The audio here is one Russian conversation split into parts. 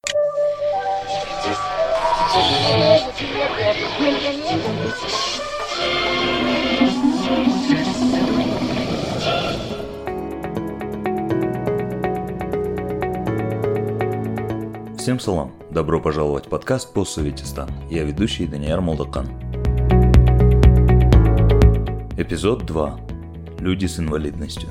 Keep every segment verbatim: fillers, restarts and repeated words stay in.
Всем салам! Добро пожаловать в подкаст «Постсоветистан». Я ведущий Данияр Молдакан. Эпизод два. Люди с инвалидностью.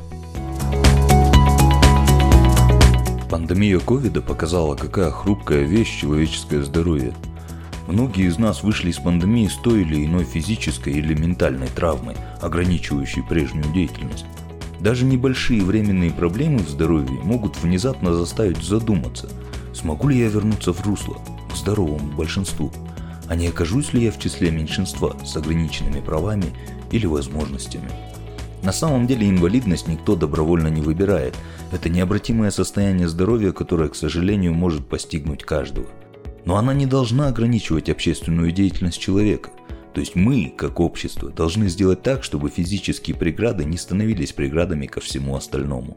Пандемия ковида показала, какая хрупкая вещь человеческое здоровье. Многие из нас вышли из пандемии с той или иной физической или ментальной травмой, ограничивающей прежнюю деятельность. Даже небольшие временные проблемы в здоровье могут внезапно заставить задуматься, смогу ли я вернуться в русло, к здоровому большинству, а не окажусь ли я в числе меньшинства с ограниченными правами или возможностями. На самом деле инвалидность никто добровольно не выбирает. Это необратимое состояние здоровья, которое, к сожалению, может постигнуть каждого. Но она не должна ограничивать общественную деятельность человека. То есть мы, как общество, должны сделать так, чтобы физические преграды не становились преградами ко всему остальному.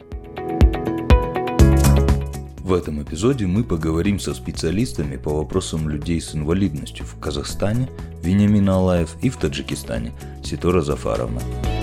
В этом эпизоде мы поговорим со специалистами по вопросам людей с инвалидностью в Казахстане, Вениамин Алаев, и в Таджикистане, Ситора Зафаровна.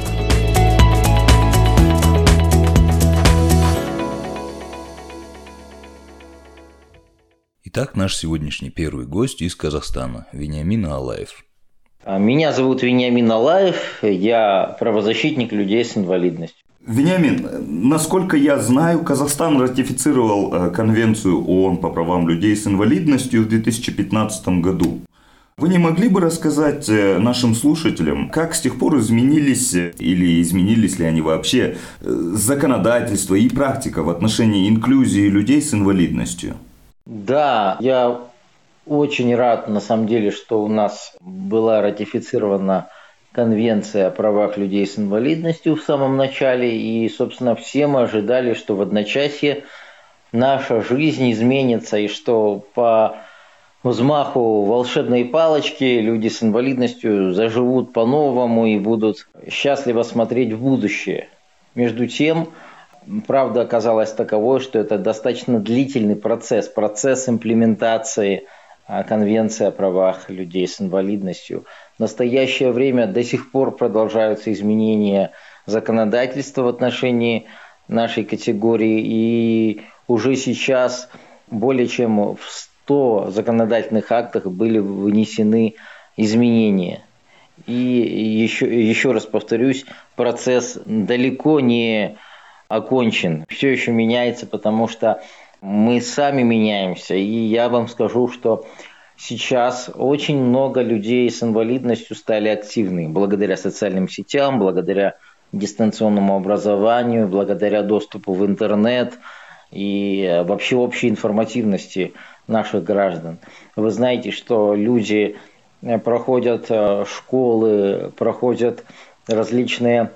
Итак, наш сегодняшний первый гость из Казахстана, Вениамин Алаев. Меня зовут Вениамин Алаев, я правозащитник людей с инвалидностью. Вениамин, насколько я знаю, Казахстан ратифицировал Конвенцию ООН по правам людей с инвалидностью в две тысячи пятнадцатом году. Вы не могли бы рассказать нашим слушателям, как с тех пор изменились или изменились ли они вообще законодательство и практика в отношении инклюзии людей с инвалидностью? Да, я очень рад, на самом деле, что у нас была ратифицирована Конвенция о правах людей с инвалидностью в самом начале, и, собственно, все мы ожидали, что в одночасье наша жизнь изменится, и что по взмаху волшебной палочки люди с инвалидностью заживут по-новому и будут счастливо смотреть в будущее. Между тем, правда оказалась таковой, что это достаточно длительный процесс, процесс имплементации Конвенции о правах людей с инвалидностью. В настоящее время до сих пор продолжаются изменения законодательства в отношении нашей категории, и уже сейчас более чем в ста законодательных актах были вынесены изменения. И еще, еще раз повторюсь, процесс далеко не окончен, все еще меняется, потому что мы сами меняемся, и я вам скажу, что сейчас очень много людей с инвалидностью стали активны благодаря социальным сетям, благодаря дистанционному образованию, благодаря доступу в интернет и вообще общей информативности наших граждан. Вы знаете, что люди проходят школы, проходят различные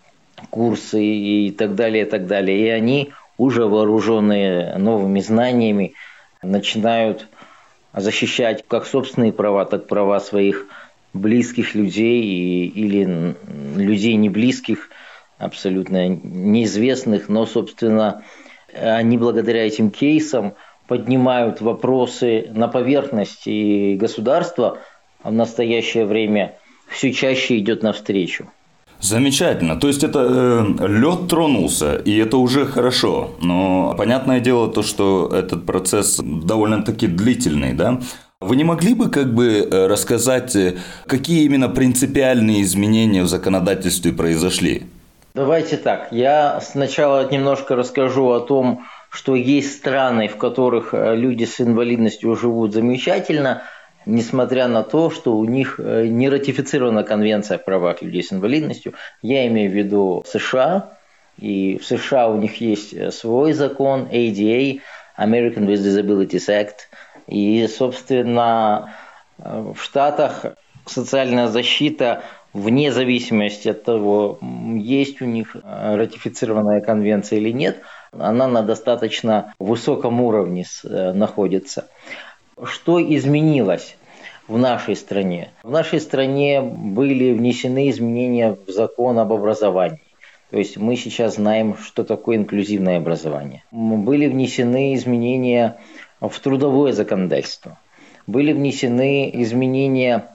курсы и так далее, и так далее, и они, уже вооруженные новыми знаниями, начинают защищать как собственные права, так и права своих близких людей и, или людей не близких, абсолютно неизвестных, но, собственно, они благодаря этим кейсам поднимают вопросы на поверхность, и государство в настоящее время все чаще идет навстречу. Замечательно. То есть это э, лед тронулся, и это уже хорошо. Но понятное дело то, что этот процесс довольно-таки длительный, да? Вы не могли бы как бы рассказать, какие именно принципиальные изменения в законодательстве произошли? Давайте так. Я сначала немножко расскажу о том, что есть страны, в которых люди с инвалидностью живут замечательно, несмотря на то, что у них не ратифицирована Конвенция о правах людей с инвалидностью. Я имею в виду США, и в США у них есть свой закон, эй ди эй, American with Disabilities Act, и, собственно, в Штатах социальная защита, вне зависимости от того, есть у них ратифицированная конвенция или нет, она на достаточно высоком уровне находится. Что изменилось в нашей стране? В нашей стране были внесены изменения в закон об образовании. То есть мы сейчас знаем, что такое инклюзивное образование. Были внесены изменения в трудовое законодательство. Были внесены изменения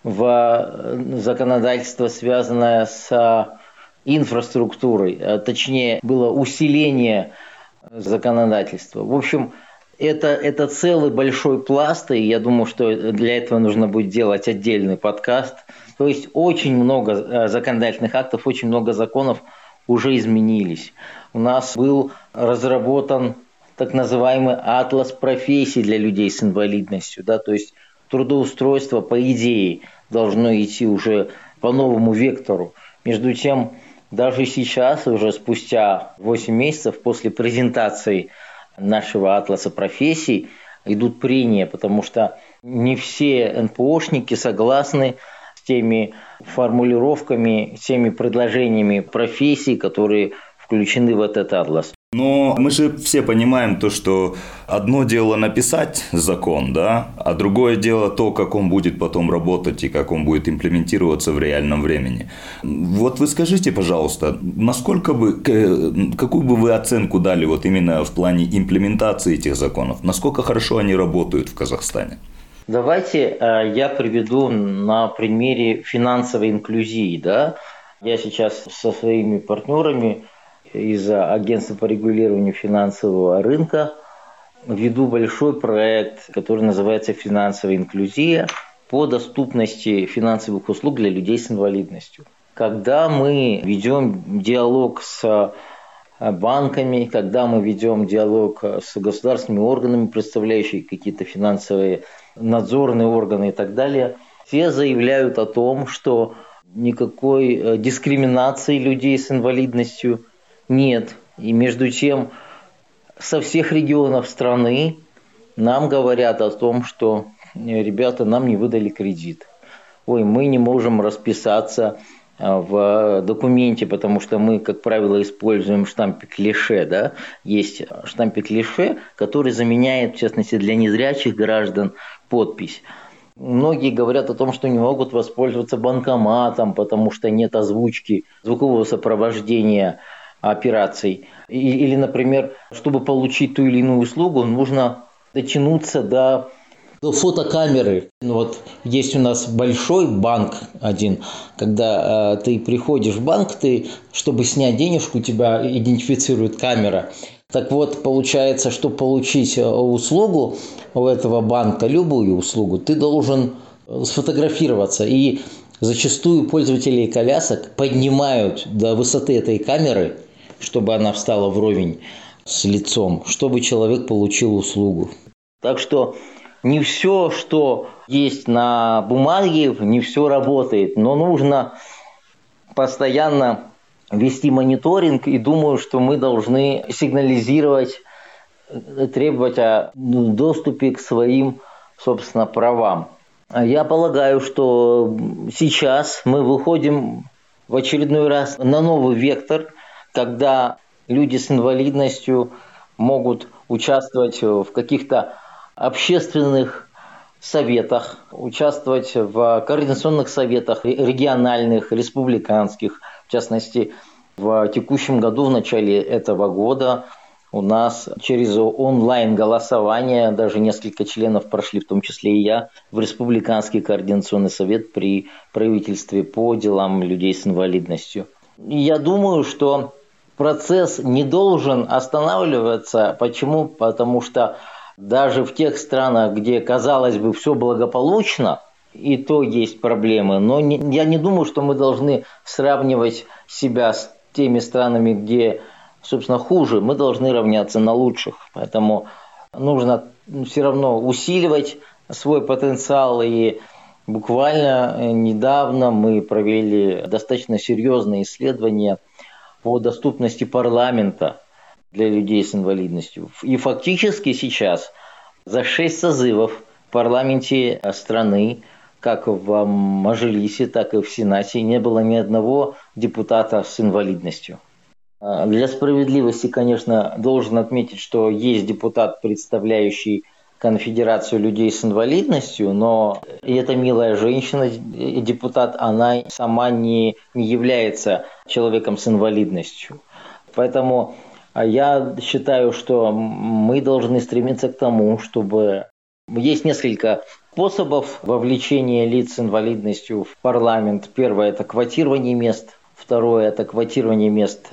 в законодательство, связанное с инфраструктурой, точнее, было усиление законодательства. В общем, это, это целый большой пласт, и я думаю, что для этого нужно будет делать отдельный подкаст. То есть очень много законодательных актов, очень много законов уже изменились. У нас был разработан так называемый атлас профессий для людей с инвалидностью. Да? То есть трудоустройство, по идее, должно идти уже по новому вектору. Между тем, даже сейчас, уже спустя восемь месяцев после презентации нашего атласа профессий, идут прения, потому что не все эн пэ о-шники согласны с теми формулировками, с теми предложениями профессий, которые включены в этот атлас. Но мы же все понимаем то, что одно дело написать закон, да, а другое дело то, как он будет потом работать и как он будет имплементироваться в реальном времени. Вот вы скажите, пожалуйста, насколько бы, какую бы вы оценку дали вот именно в плане имплементации этих законов? Насколько хорошо они работают в Казахстане? Давайте я приведу на примере финансовой инклюзии. Да? Я сейчас со своими партнерами из Агентства по регулированию финансового рынка веду большой проект, который называется «Финансовая инклюзия» по доступности финансовых услуг для людей с инвалидностью. Когда мы ведем диалог с банками, когда мы ведем диалог с государственными органами, представляющими какие-то финансовые надзорные органы и так далее, все заявляют о том, что никакой дискриминации людей с инвалидностью нет. И между тем, со всех регионов страны нам говорят о том, что ребята, нам не выдали кредит. Ой, мы не можем расписаться в документе, потому что мы, как правило, используем штампик-клише. Да? Есть штампик-клише, который заменяет, в частности, для незрячих граждан подпись. Многие говорят о том, что не могут воспользоваться банкоматом, потому что нет озвучки звукового сопровождения операций. Или, например, чтобы получить ту или иную услугу, нужно дотянуться до, до фотокамеры. Вот есть у нас большой банк один, когда э, ты приходишь в банк, ты, чтобы снять денежку, тебя идентифицирует камера. Так вот, получается, чтобы получить услугу у этого банка, любую услугу, ты должен сфотографироваться. И зачастую пользователи колясок поднимают до высоты этой камеры, чтобы она встала вровень с лицом, чтобы человек получил услугу. Так что не все, что есть на бумаге, не все работает, но нужно постоянно вести мониторинг, и думаю, что мы должны сигнализировать, требовать о доступе к своим, собственно, правам. Я полагаю, что сейчас мы выходим в очередной раз на новый вектор, когда люди с инвалидностью могут участвовать в каких-то общественных советах, участвовать в координационных советах региональных, республиканских. В частности, в текущем году, в начале этого года, у нас через онлайн-голосование даже несколько членов прошли, в том числе и я, в Республиканский координационный совет при правительстве по делам людей с инвалидностью. И я думаю, что процесс не должен останавливаться. Почему? Потому что даже в тех странах, где, казалось бы, все благополучно, и то есть проблемы. Но не, я не думаю, что мы должны сравнивать себя с теми странами, где, собственно, хуже. Мы должны равняться на лучших. Поэтому нужно все равно усиливать свой потенциал. И буквально недавно мы провели достаточно серьезные исследования по доступности парламента для людей с инвалидностью. И фактически сейчас за шесть созывов в парламенте страны, как в Мажилисе, так и в Сенате, не было ни одного депутата с инвалидностью. Для справедливости, конечно, должен отметить, что есть депутат, представляющий Конфедерацию людей с инвалидностью, но эта милая женщина, депутат, она сама не, не является человеком с инвалидностью. Поэтому А я считаю, что мы должны стремиться к тому, чтобы... Есть несколько способов вовлечения лиц с инвалидностью в парламент. Первое – это квотирование мест. Второе – это квотирование мест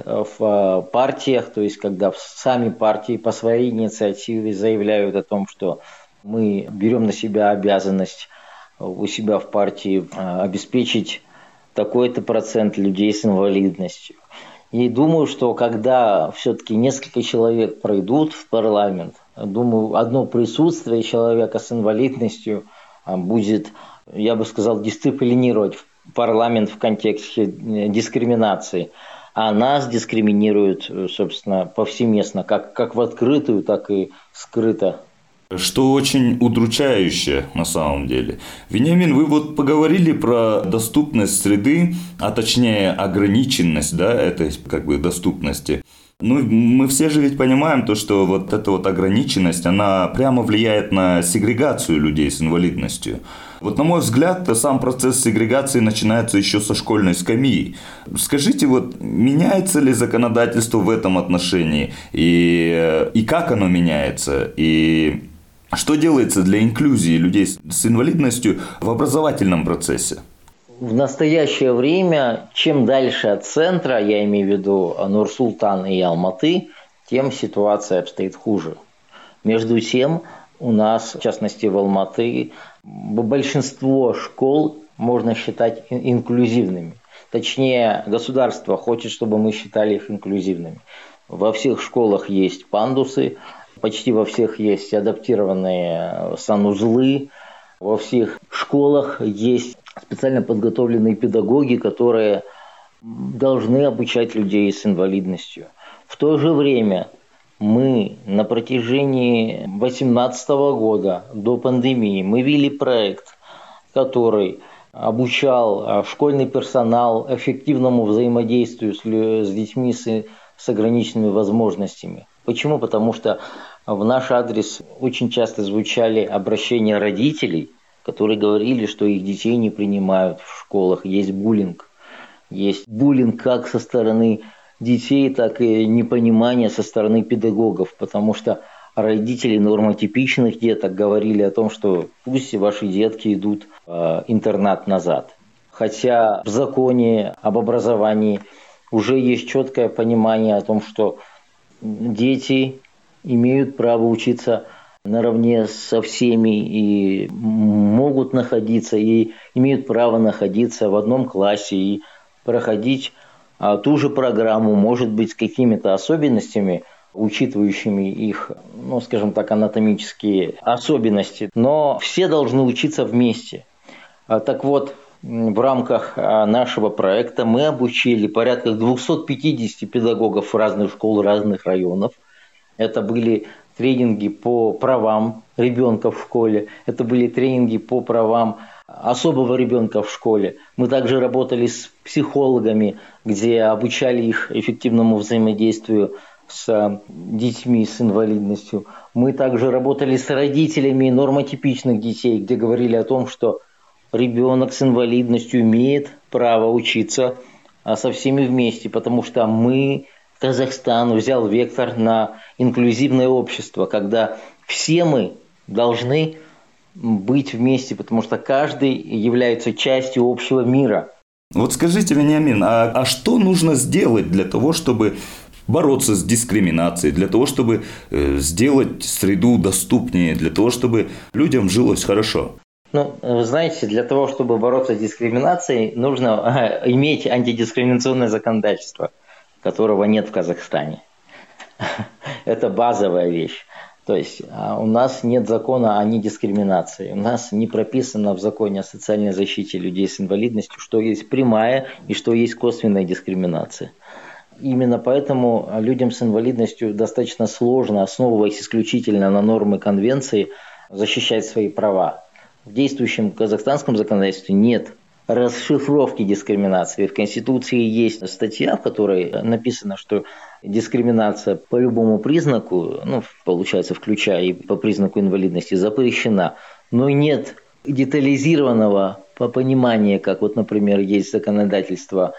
в партиях, то есть когда сами партии по своей инициативе заявляют о том, что мы берем на себя обязанность у себя в партии обеспечить такой-то процент людей с инвалидностью. И думаю, что когда все-таки несколько человек пройдут в парламент, думаю, одно присутствие человека с инвалидностью будет, я бы сказал, дисциплинировать парламент в контексте дискриминации. А нас дискриминируют, собственно, повсеместно, как, как в открытую, так и скрыто. Что очень удручающе на самом деле. Вениамин, вы вот поговорили про доступность среды, а точнее ограниченность, да, этой как бы доступности. Ну, мы все же ведь понимаем то, что вот эта вот ограниченность, она прямо влияет на сегрегацию людей с инвалидностью. Вот, на мой взгляд, сам процесс сегрегации начинается еще со школьной скамьи. Скажите, вот меняется ли законодательство в этом отношении? И, и как оно меняется? И что делается для инклюзии людей с инвалидностью в образовательном процессе? В настоящее время, чем дальше от центра, я имею в виду Нур-Султан и Алматы, тем ситуация обстоит хуже. Между тем, у нас, в частности в Алматы, большинство школ можно считать инклюзивными. Точнее, государство хочет, чтобы мы считали их инклюзивными. Во всех школах есть пандусы, почти во всех есть адаптированные санузлы, во всех школах есть специально подготовленные педагоги, которые должны обучать людей с инвалидностью. В то же время мы на протяжении две тысячи восемнадцатого года до пандемии мы вели проект, который обучал школьный персонал эффективному взаимодействию с, с детьми с, с ограниченными возможностями. Почему? Потому что в наш адрес очень часто звучали обращения родителей, которые говорили, что их детей не принимают в школах, есть буллинг. Есть буллинг как со стороны детей, так и непонимание со стороны педагогов, потому что родители нормотипичных деток говорили о том, что пусть ваши детки идут в интернат назад. Хотя в законе об образовании уже есть четкое понимание о том, что дети имеют право учиться наравне со всеми и могут находиться, и имеют право находиться в одном классе и проходить а, ту же программу, может быть, с какими-то особенностями, учитывающими их, ну, скажем так, анатомические особенности. Но все должны учиться вместе. А, так вот, в рамках а, нашего проекта мы обучили порядка двести пятьдесят педагогов разных школ, разных районов. Это были тренинги по правам ребенка в школе, это были тренинги по правам особого ребенка в школе. Мы также работали с психологами, где обучали их эффективному взаимодействию с детьми с инвалидностью. Мы также работали с родителями нормотипичных детей, где говорили о том, что ребенок с инвалидностью имеет право учиться со всеми вместе, потому что мы... Казахстан взял вектор на инклюзивное общество, когда все мы должны быть вместе, потому что каждый является частью общего мира. Вот скажите, Вениамин, а, а что нужно сделать для того, чтобы бороться с дискриминацией, для того, чтобы э, сделать среду доступнее, для того, чтобы людям жилось хорошо? Ну, вы знаете, для того, чтобы бороться с дискриминацией, нужно иметь антидискриминационное законодательство, которого нет в Казахстане. Это базовая вещь. То есть у нас нет закона о недискриминации. У нас не прописано в законе о социальной защите людей с инвалидностью, что есть прямая и что есть косвенная дискриминация. Именно поэтому людям с инвалидностью достаточно сложно, основываясь исключительно на нормы конвенции, защищать свои права. В действующем казахстанском законодательстве нет расшифровки дискриминации. В Конституции есть статья, в которой написано, что дискриминация по любому признаку, ну, получается, включая и по признаку инвалидности, запрещена. Но нет детализированного понимания, как вот, например, есть законодательство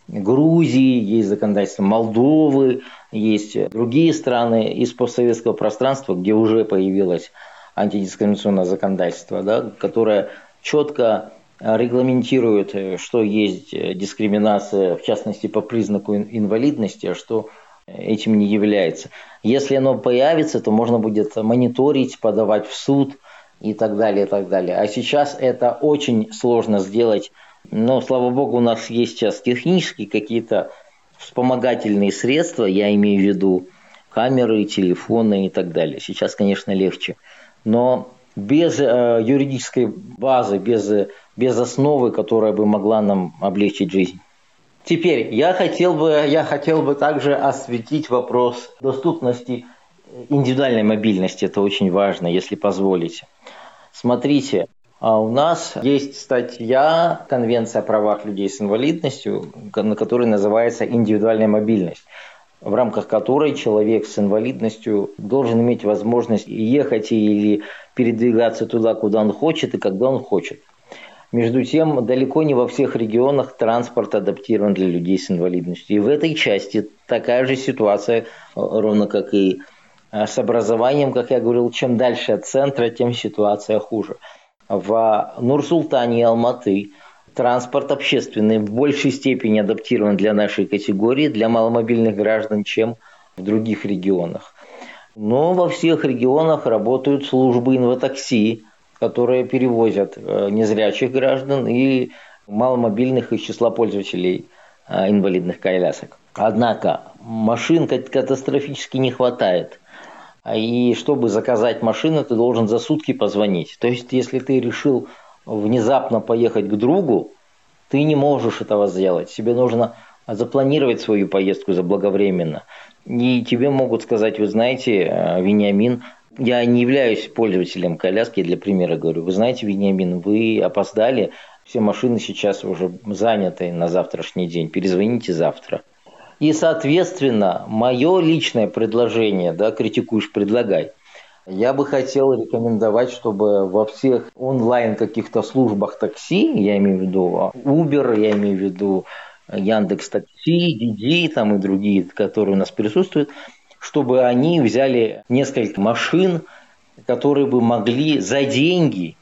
Грузии, есть законодательство Молдовы, есть другие страны из постсоветского пространства, где уже появилось антидискриминационное законодательство, да, которое четко регламентирует, что есть дискриминация, в частности, по признаку инвалидности, а что этим не является. Если оно появится, то можно будет мониторить, подавать в суд и так далее, и так далее. А сейчас это очень сложно сделать. Но, слава богу, у нас есть сейчас технические какие-то вспомогательные средства, я имею в виду камеры, телефоны и так далее. Сейчас, конечно, легче. Но без э, юридической базы, без, без основы, которая бы могла нам облегчить жизнь. Теперь я хотел бы, я хотел бы также осветить вопрос доступности индивидуальной мобильности. Это очень важно, если позволите. Смотрите, у нас есть статья Конвенция о правах людей с инвалидностью, которая называется «Индивидуальная мобильность», в рамках которой человек с инвалидностью должен иметь возможность ехать или передвигаться туда, куда он хочет и когда он хочет. Между тем, далеко не во всех регионах транспорт адаптирован для людей с инвалидностью. И в этой части такая же ситуация, ровно как и с образованием, как я говорил, чем дальше от центра, тем ситуация хуже. В Нур-Султане и Алматы транспорт общественный в большей степени адаптирован для нашей категории, для маломобильных граждан, чем в других регионах. Но во всех регионах работают службы инватакси, которые перевозят незрячих граждан и маломобильных из числа пользователей инвалидных колясок. Однако машин катастрофически не хватает. И чтобы заказать машину, ты должен за сутки позвонить. То есть, если ты решил внезапно поехать к другу, ты не можешь этого сделать. Тебе нужно запланировать свою поездку заблаговременно. И тебе могут сказать: вы знаете, Вениамин, я не являюсь пользователем коляски, для примера говорю. Вы знаете, Вениамин, вы опоздали, все машины сейчас уже заняты на завтрашний день, перезвоните завтра. И, соответственно, мое личное предложение, да, критикуешь, предлагай. Я бы хотел рекомендовать, чтобы во всех онлайн каких-то службах такси, я имею в виду Uber, я имею в виду Яндекс.Такси, Диди там и другие, которые у нас присутствуют, чтобы они взяли несколько машин, которые бы могли за деньги,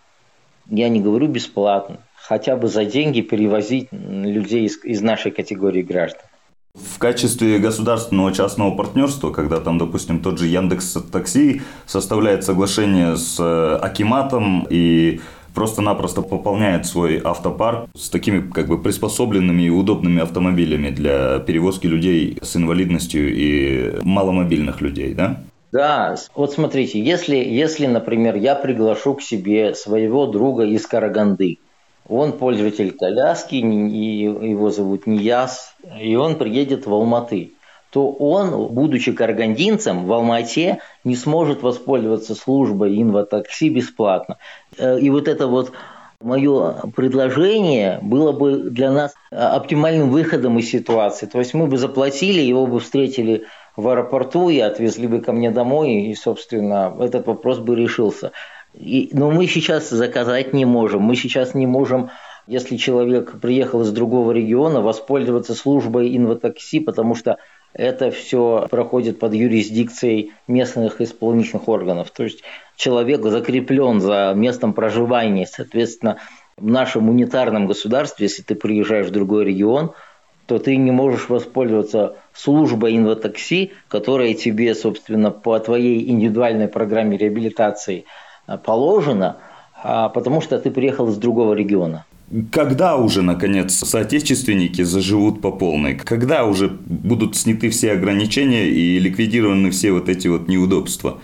я не говорю бесплатно, хотя бы за деньги перевозить людей из, из нашей категории граждан. В качестве государственного частного партнерства, когда там, допустим, тот же Яндекс.Такси составляет соглашение с акиматом и просто-напросто пополняет свой автопарк с такими как бы приспособленными и удобными автомобилями для перевозки людей с инвалидностью и маломобильных людей, да? Да, вот смотрите, если, если, например, я приглашу к себе своего друга из Караганды, он пользователь коляски, и его зовут Нияз, и он приедет в Алматы, то он, будучи карагандинцем, в Алмате не сможет воспользоваться службой инватакси бесплатно. И вот это вот мое предложение было бы для нас оптимальным выходом из ситуации. То есть мы бы заплатили, его бы встретили в аэропорту и отвезли бы ко мне домой, и, собственно, этот вопрос бы решился. И, но мы сейчас заказать не можем. Мы сейчас не можем, если человек приехал из другого региона, воспользоваться службой инватакси, потому что это все проходит под юрисдикцией местных исполнительных органов. То есть человек закреплен за местом проживания. Соответственно, в нашем унитарном государстве, если ты приезжаешь в другой регион, то ты не можешь воспользоваться службой инватакси, которая тебе, собственно, по твоей индивидуальной программе реабилитации положено, потому что ты приехал из другого региона. Когда уже, наконец, соотечественники заживут по полной? Когда уже будут сняты все ограничения и ликвидированы все вот эти вот неудобства?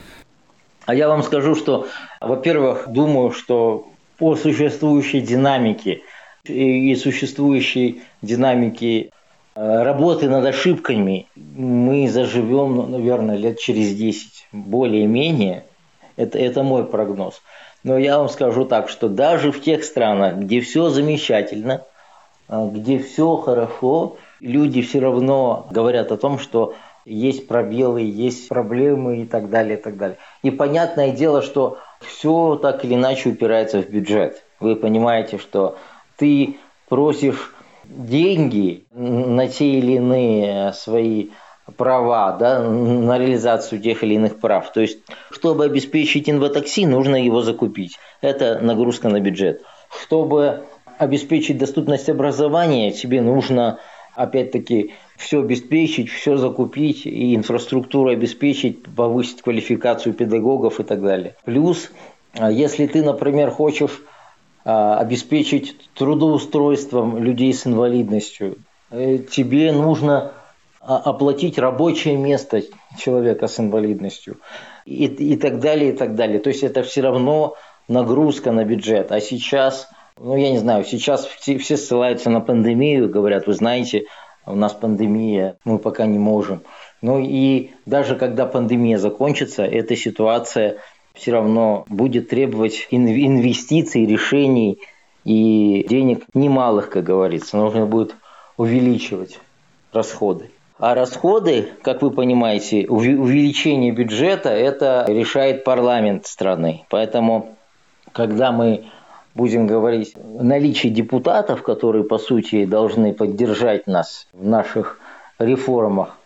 А я вам скажу, что, во-первых, думаю, что по существующей динамике и существующей динамике работы над ошибками мы заживем, наверное, лет через десять, более-менее. Это, это мой прогноз. Но я вам скажу так, что даже в тех странах, где все замечательно, где все хорошо, люди все равно говорят о том, что есть пробелы, есть проблемы и так далее, и так далее. И понятное дело, что все так или иначе упирается в бюджет. Вы понимаете, что ты просишь деньги на те или иные свои права, да, на реализацию тех или иных прав. То есть, чтобы обеспечить инватакси, нужно его закупить. Это нагрузка на бюджет. Чтобы обеспечить доступность образования, тебе нужно, опять-таки, все обеспечить, все закупить, и инфраструктуру обеспечить, повысить квалификацию педагогов и так далее. Плюс, если ты, например, хочешь обеспечить трудоустройством людей с инвалидностью, тебе нужно оплатить рабочее место человека с инвалидностью и, и так далее, и так далее. То есть это все равно нагрузка на бюджет. А сейчас, ну я не знаю, сейчас все, все ссылаются на пандемию, говорят, вы знаете, у нас пандемия, мы пока не можем. Ну и даже когда пандемия закончится, эта ситуация все равно будет требовать инвестиций, решений и денег немалых, как говорится. Нужно будет увеличивать расходы. А расходы, как вы понимаете, увеличение бюджета – это решает парламент страны. Поэтому, когда мы будем говорить о наличии депутатов, которые, по сути, должны поддержать нас в наших реформах,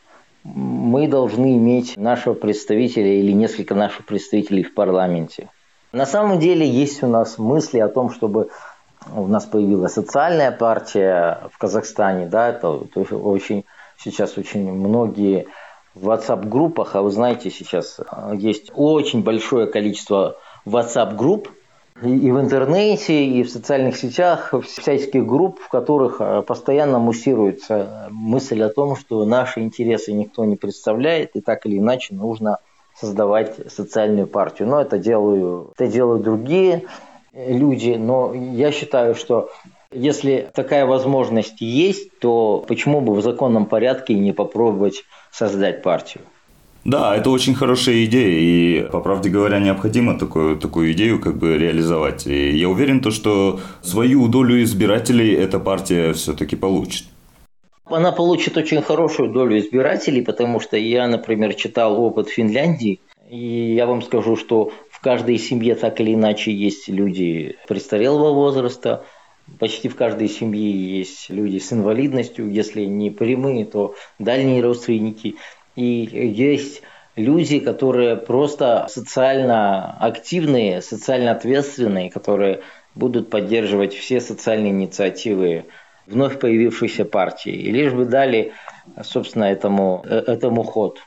мы должны иметь нашего представителя или несколько наших представителей в парламенте. На самом деле есть у нас мысли о том, чтобы у нас появилась социальная партия в Казахстане. Да, это очень, сейчас очень многие в WhatsApp-группах, а вы знаете, сейчас есть очень большое количество WhatsApp-групп, и в интернете, и в социальных сетях, всяких групп, в которых постоянно муссируется мысль о том, что наши интересы никто не представляет, и так или иначе нужно создавать социальную партию. Но это делают, это делают другие люди, но я считаю, что если такая возможность есть, то почему бы в законном порядке не попробовать создать партию? Да, это очень хорошая идея, и, по правде говоря, необходимо такую, такую идею как бы реализовать. И я уверен, то, что свою долю избирателей эта партия все-таки получит. Она получит очень хорошую долю избирателей, потому что я, например, читал опыт Финляндии, и я вам скажу, что в каждой семье так или иначе есть люди престарелого возраста, почти в каждой семье есть люди с инвалидностью, если не прямые, то дальние родственники. И есть люди, которые просто социально активные, социально ответственные, которые будут поддерживать все социальные инициативы вновь появившейся партии. И лишь бы дали, собственно, этому, этому ход.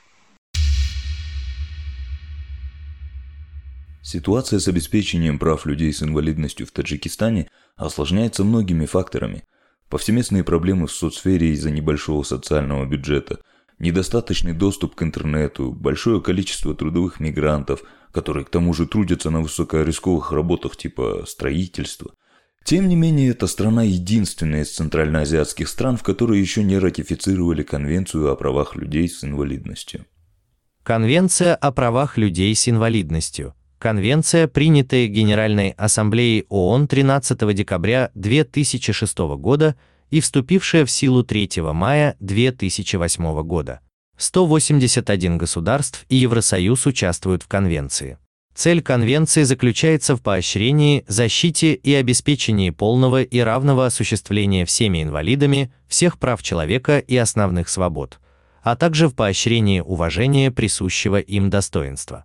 Ситуация с обеспечением прав людей с инвалидностью в Таджикистане осложняется многими факторами. Повсеместные проблемы в соцсфере из-за небольшого социального бюджета, недостаточный доступ к интернету, большое количество трудовых мигрантов, которые к тому же трудятся на высокорисковых работах типа строительства. Тем не менее, эта страна единственная из центральноазиатских стран, в которой еще не ратифицировали Конвенцию о правах людей с инвалидностью. Конвенция о правах людей с инвалидностью. Конвенция, принятая Генеральной Ассамблеей ООН тринадцатого декабря две тысячи шестого года и вступившая в силу третьего мая две тысячи восьмого года. сто восемьдесят один государств и Евросоюз участвуют в Конвенции. Цель Конвенции заключается в поощрении, защите и обеспечении полного и равного осуществления всеми инвалидами всех прав человека и основных свобод, а также в поощрении уважения присущего им достоинства.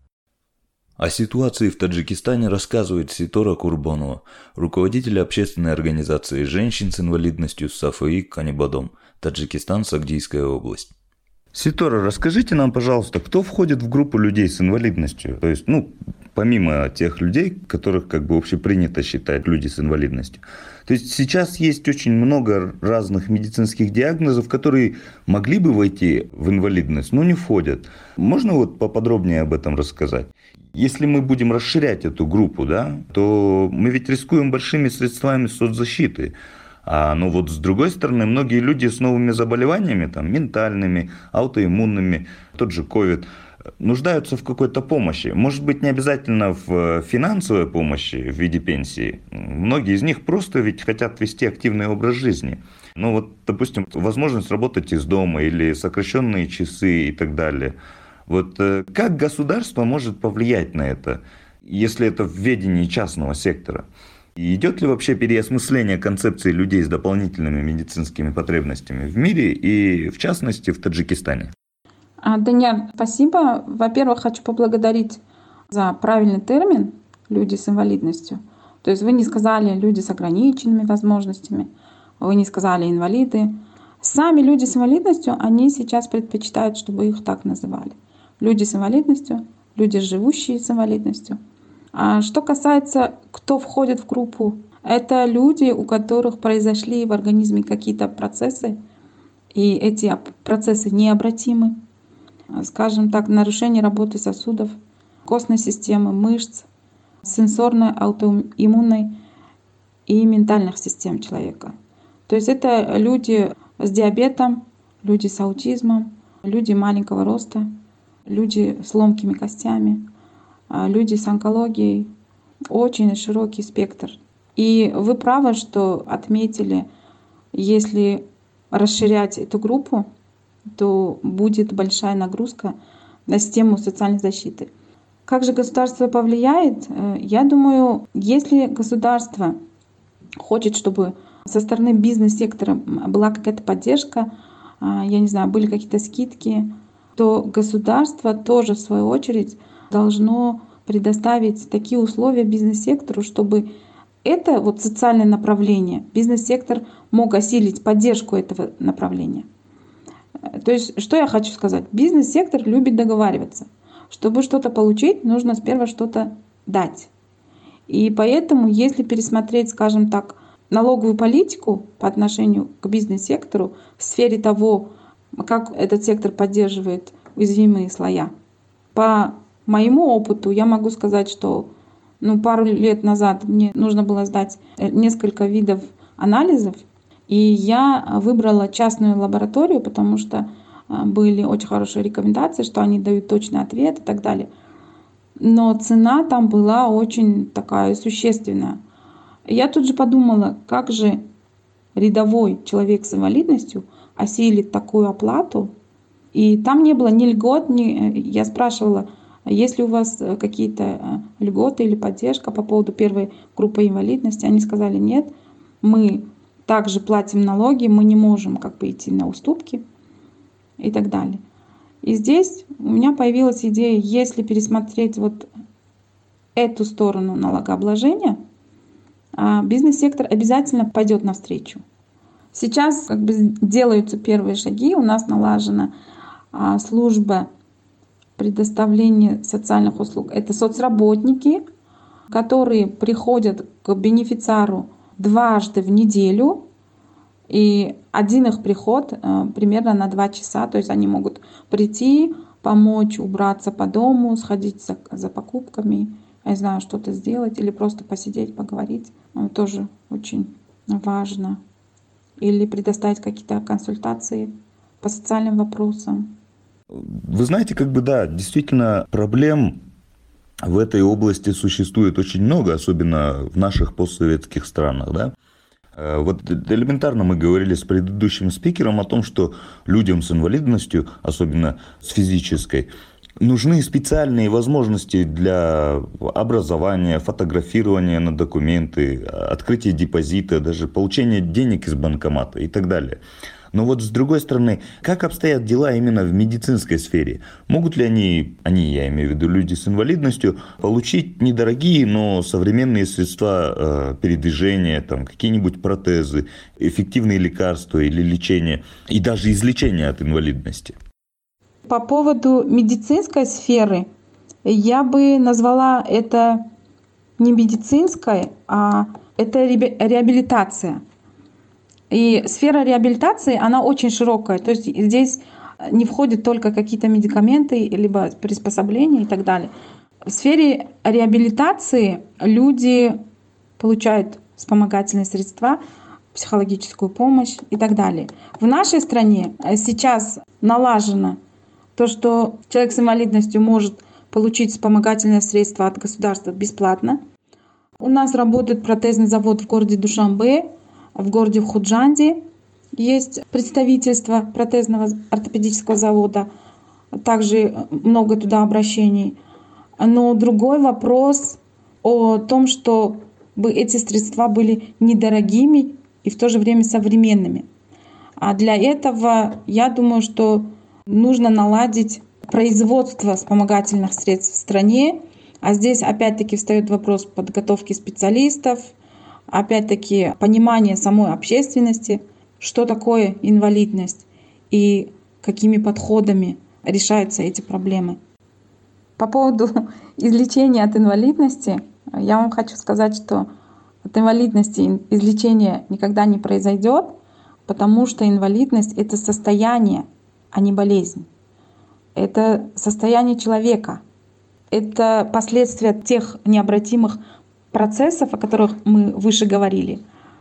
О ситуации в Таджикистане рассказывает Ситора Курбонова, руководитель общественной организации женщин с инвалидностью Сафаи Канибадом, Таджикистан, Сагдийская область. Ситора, расскажите нам, пожалуйста, кто входит в группу людей с инвалидностью? То есть, ну, помимо тех людей, которых как бы общепринято считать люди с инвалидностью. То есть сейчас есть очень много разных медицинских диагнозов, которые могли бы войти в инвалидность, но не входят. Можно вот поподробнее об этом рассказать? Если мы будем расширять эту группу, да, то мы ведь рискуем большими средствами соцзащиты. А ну вот с другой стороны, многие люди с новыми заболеваниями, там, ментальными, аутоиммунными, тот же ковид, нуждаются в какой-то помощи. Может быть, не обязательно в финансовой помощи в виде пенсии. Многие из них просто ведь хотят вести активный образ жизни. Ну вот, допустим, возможность работать из дома или сокращенные часы и так далее. Вот как государство может повлиять на это, если это в ведении частного сектора? И идет ли вообще переосмысление концепции людей с дополнительными медицинскими потребностями в мире и, в частности, в Таджикистане? Даниэль, спасибо. Во-первых, хочу поблагодарить за правильный термин «люди с инвалидностью». То есть вы не сказали «люди с ограниченными возможностями», вы не сказали «инвалиды». Сами люди с инвалидностью, они сейчас предпочитают, чтобы их так называли. Люди с инвалидностью, люди, живущие с инвалидностью. А что касается, кто входит в группу, это люди, у которых произошли в организме какие-то процессы, и эти процессы необратимы. Скажем так, нарушение работы сосудов, костной системы, мышц, сенсорной, аутоиммунной и ментальных систем человека. То есть это люди с диабетом, люди с аутизмом, люди маленького роста, люди с ломкими костями, люди с онкологией. Очень широкий спектр. И вы правы, что отметили, если расширять эту группу, то будет большая нагрузка на систему социальной защиты. Как же государство повлияет? Я думаю, если государство хочет, чтобы со стороны бизнес-сектора была какая-то поддержка, я не знаю, были какие-то скидки, то государство тоже, в свою очередь, должно предоставить такие условия бизнес-сектору, чтобы это вот социальное направление, бизнес-сектор мог осилить поддержку этого направления. То есть, что я хочу сказать? Бизнес-сектор любит договариваться. Чтобы что-то получить, нужно сперва что-то дать. И поэтому, если пересмотреть, скажем так, налоговую политику по отношению к бизнес-сектору в сфере того, как этот сектор поддерживает уязвимые слоя, по моему опыту я могу сказать, что ну, пару лет назад мне нужно было сдать несколько видов анализов, и я выбрала частную лабораторию, потому что были очень хорошие рекомендации, что они дают точный ответ и так далее. Но цена там была очень такая существенная. Я тут же подумала, как же рядовой человек с инвалидностью осилит такую оплату. И там не было ни льгот, ни... Я спрашивала, есть ли у вас какие-то льготы или поддержка по поводу первой группы инвалидности. Они сказали, нет, мы также платим налоги, мы не можем как бы идти на уступки и так далее. И здесь у меня появилась идея, если пересмотреть вот эту сторону налогообложения, бизнес-сектор обязательно пойдет навстречу. Сейчас как бы делаются первые шаги, у нас налажена служба предоставления социальных услуг. Это соцработники, которые приходят к бенефициару дважды в неделю, и один их приход примерно на два часа, то есть они могут прийти, помочь убраться по дому, сходить за, за покупками, я не знаю, что-то сделать, или просто посидеть, поговорить. Тоже очень важно. Или предоставить какие-то консультации по социальным вопросам. Вы знаете, как бы да, действительно проблем в этой области существует очень много, особенно в наших постсоветских странах, да. Вот элементарно мы говорили с предыдущим спикером о том, что людям с инвалидностью, особенно с физической, нужны специальные возможности для образования, фотографирования на документы, открытия депозита, даже получения денег из банкомата и так далее. Но вот с другой стороны, как обстоят дела именно в медицинской сфере? Могут ли они, они, я имею в виду люди с инвалидностью, получить недорогие, но современные средства э, передвижения, там, какие-нибудь протезы, эффективные лекарства или лечение, и даже излечение от инвалидности? По поводу медицинской сферы, я бы назвала это не медицинской, а это реабилитация. И сфера реабилитации, она очень широкая. То есть здесь не входят только какие-то медикаменты, либо приспособления и так далее. В сфере реабилитации люди получают вспомогательные средства, психологическую помощь и так далее. В нашей стране сейчас налажено то, что человек с инвалидностью может получить вспомогательные средства от государства бесплатно. У нас работает протезный завод в городе Душанбе, в городе Худжанде есть представительство протезного ортопедического завода, также много туда обращений. Но другой вопрос о том, что чтобы эти средства были недорогими и в то же время современными. А для этого, я думаю, что нужно наладить производство вспомогательных средств в стране. А здесь опять-таки встает вопрос подготовки специалистов, опять-таки понимание самой общественности, что такое инвалидность и какими подходами решаются эти проблемы. По поводу излечения от инвалидности, я вам хочу сказать, что от инвалидности излечение никогда не произойдет, потому что инвалидность — это состояние, а не болезнь. Это состояние человека. Это последствия тех необратимых процессов, о которых мы выше говорили.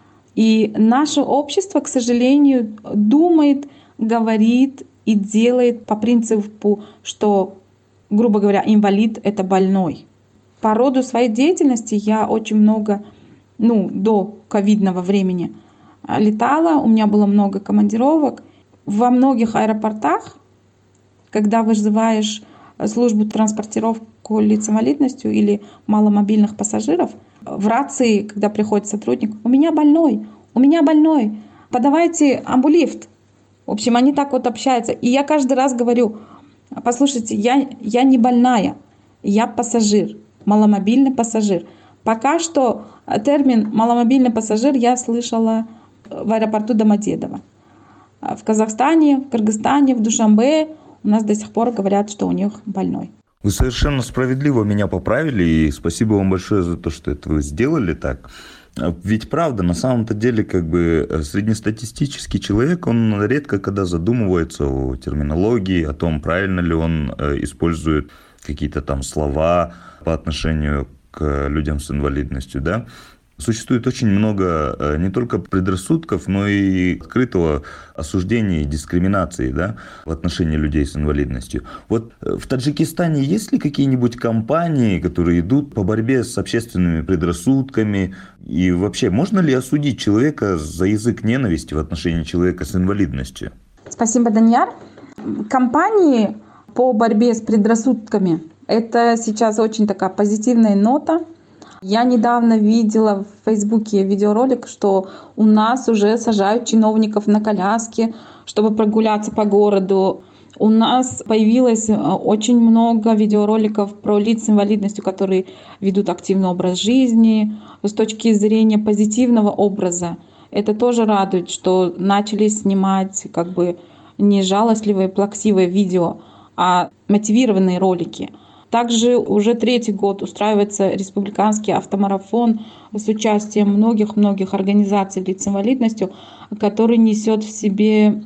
И наше общество, к сожалению, думает, говорит и делает по принципу, что, грубо говоря, инвалид — это больной. По роду своей деятельности я очень много, ну, до ковидного времени летала, у меня было много командировок. Во многих аэропортах, когда вызываешь службу транспортировку лиц с инвалидностью или маломобильных пассажиров, в рации, когда приходит сотрудник: «У меня больной, у меня больной, подавайте амбулифт». В общем, они так вот общаются. И я каждый раз говорю: послушайте, я, я не больная, я пассажир, маломобильный пассажир. Пока что термин «маломобильный пассажир» я слышала в аэропорту Домодедово. В Казахстане, в Кыргызстане, в Душанбе у нас до сих пор говорят, что у них больной. Вы совершенно справедливо меня поправили, и спасибо вам большое за то, что это вы сделали так. Ведь правда, на самом-то деле, как бы среднестатистический человек, он редко когда задумывается о терминологии, о том, правильно ли он использует какие-то там слова по отношению к людям с инвалидностью, да. Существует очень много не только предрассудков, но и открытого осуждения и дискриминации, да, в отношении людей с инвалидностью. Вот в Таджикистане есть ли какие-нибудь кампании, которые идут по борьбе с общественными предрассудками? И вообще, можно ли осудить человека за язык ненависти в отношении человека с инвалидностью? Спасибо, Данияр. Кампании по борьбе с предрассудками — это сейчас очень такая позитивная нота. Я недавно видела в Фейсбуке видеоролик, что у нас уже сажают чиновников на коляски, чтобы прогуляться по городу. У нас появилось очень много видеороликов про лиц с инвалидностью, которые ведут активный образ жизни. С точки зрения позитивного образа это тоже радует, что начали снимать как бы не жалостливые, плаксивые видео, а мотивированные ролики. Также уже третий год устраивается республиканский автомарафон с участием многих-многих организаций лиц с инвалидностью, который несет в себе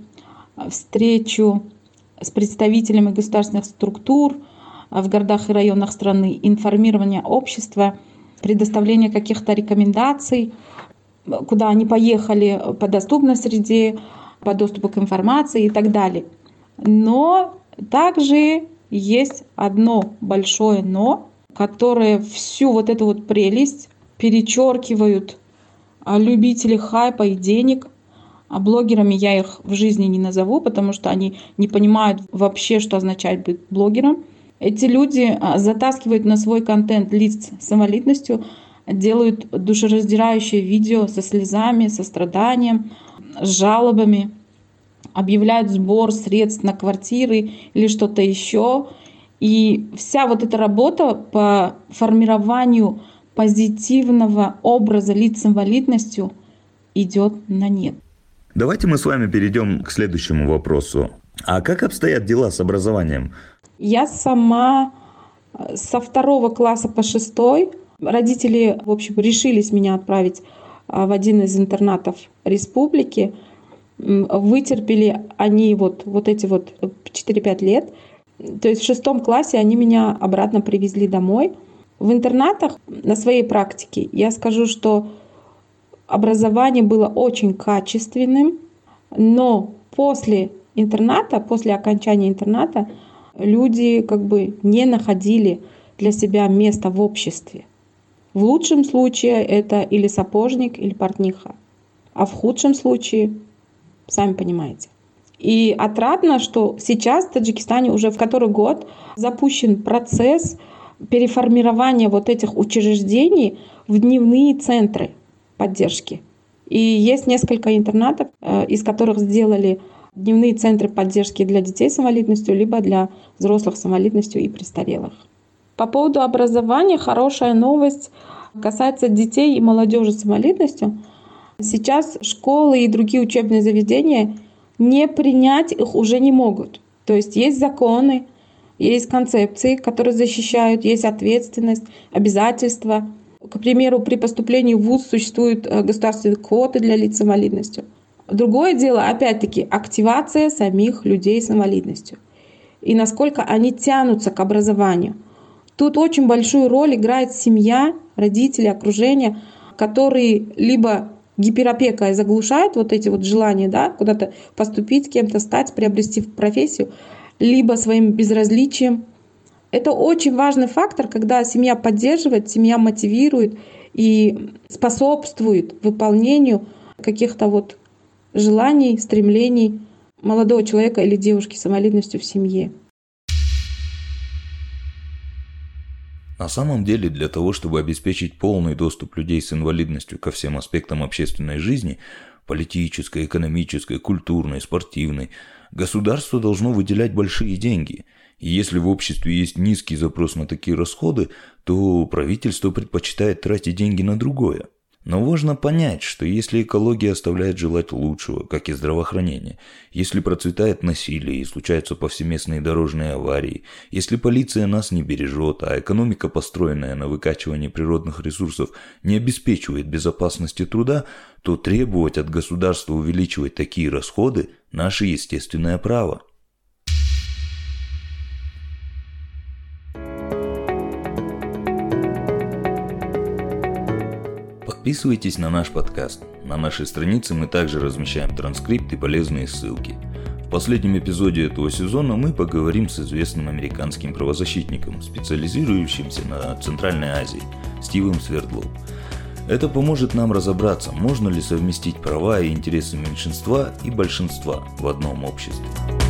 встречу с представителями государственных структур в городах и районах страны, информирование общества, предоставление каких-то рекомендаций, куда они поехали по доступной среде, по доступу к информации и так далее. Но также есть одно большое «но», которое всю вот эту вот прелесть перечеркивают любители хайпа и денег. А блогерами я их в жизни не назову, потому что они не понимают вообще, что означает быть блогером. Эти люди затаскивают на свой контент лиц с инвалидностью, делают душераздирающие видео со слезами, со страданием, с жалобами, объявляют сбор средств на квартиры или что-то еще. И вся вот эта работа по формированию позитивного образа лиц с инвалидностью идет на нет. Давайте мы с вами перейдем к следующему вопросу. А как обстоят дела с образованием? Я сама со второго класса по шестой. Родители, в общем, решились меня отправить в один из интернатов республики. Вытерпели они вот, вот эти вот четыре-пять лет. То есть в шестом классе они меня обратно привезли домой. В интернатах на своей практике я скажу, что образование было очень качественным, но после интерната, после окончания интерната люди как бы не находили для себя места в обществе. В лучшем случае это или сапожник, или портниха, а в худшем случае сами понимаете. И отрадно, что сейчас в Таджикистане уже в который год запущен процесс переформирования вот этих учреждений в дневные центры поддержки. И есть несколько интернатов, из которых сделали дневные центры поддержки для детей с инвалидностью, либо для взрослых с инвалидностью и престарелых. По поводу образования хорошая новость касается детей и молодежи с инвалидностью. Сейчас школы и другие учебные заведения не принять их уже не могут. То есть есть законы, есть концепции, которые защищают, есть ответственность, обязательства. К примеру, при поступлении в вуз существуют государственные квоты для лиц с инвалидностью. Другое дело, опять-таки, активация самих людей с инвалидностью и насколько они тянутся к образованию. Тут очень большую роль играет семья, родители, окружение, которые либо гиперопекой заглушают вот эти вот желания, да, куда-то поступить, кем-то стать, приобрести профессию, либо своим безразличием. Это очень важный фактор, когда семья поддерживает, семья мотивирует и способствует выполнению каких-то вот желаний, стремлений молодого человека или девушки с инвалидностью в семье. На самом деле, для того, чтобы обеспечить полный доступ людей с инвалидностью ко всем аспектам общественной жизни, политической, экономической, культурной, спортивной, государство должно выделять большие деньги. И если в обществе есть низкий запрос на такие расходы, то правительство предпочитает тратить деньги на другое. Но важно понять, что если экология оставляет желать лучшего, как и здравоохранение, если процветает насилие и случаются повсеместные дорожные аварии, если полиция нас не бережет, а экономика, построенная на выкачивании природных ресурсов, не обеспечивает безопасности труда, то требовать от государства увеличивать такие расходы – наше естественное право. Подписывайтесь на наш подкаст. На нашей странице мы также размещаем транскрипт и полезные ссылки. В последнем эпизоде этого сезона мы поговорим с известным американским правозащитником, специализирующимся на Центральной Азии, Стивом Свердлоу. Это поможет нам разобраться, можно ли совместить права и интересы меньшинства и большинства в одном обществе.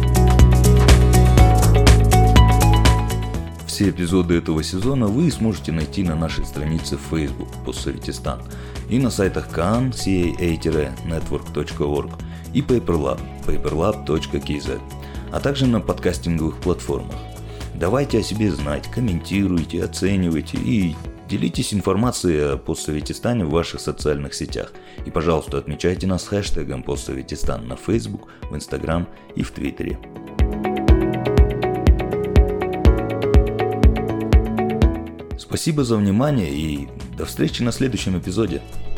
Все эпизоды этого сезона вы сможете найти на нашей странице в Facebook «Постсоветистан» и на сайтах кан си эй эй нетворк точка орг и PaperLab paperlab точка кей зет, а также на подкастинговых платформах. Давайте о себе знать, комментируйте, оценивайте и делитесь информацией о Постсоветистане в ваших социальных сетях. И, пожалуйста, отмечайте нас хэштегом Постсоветистан на Facebook, в Instagram и в Твиттере. Спасибо за внимание и до встречи на следующем эпизоде.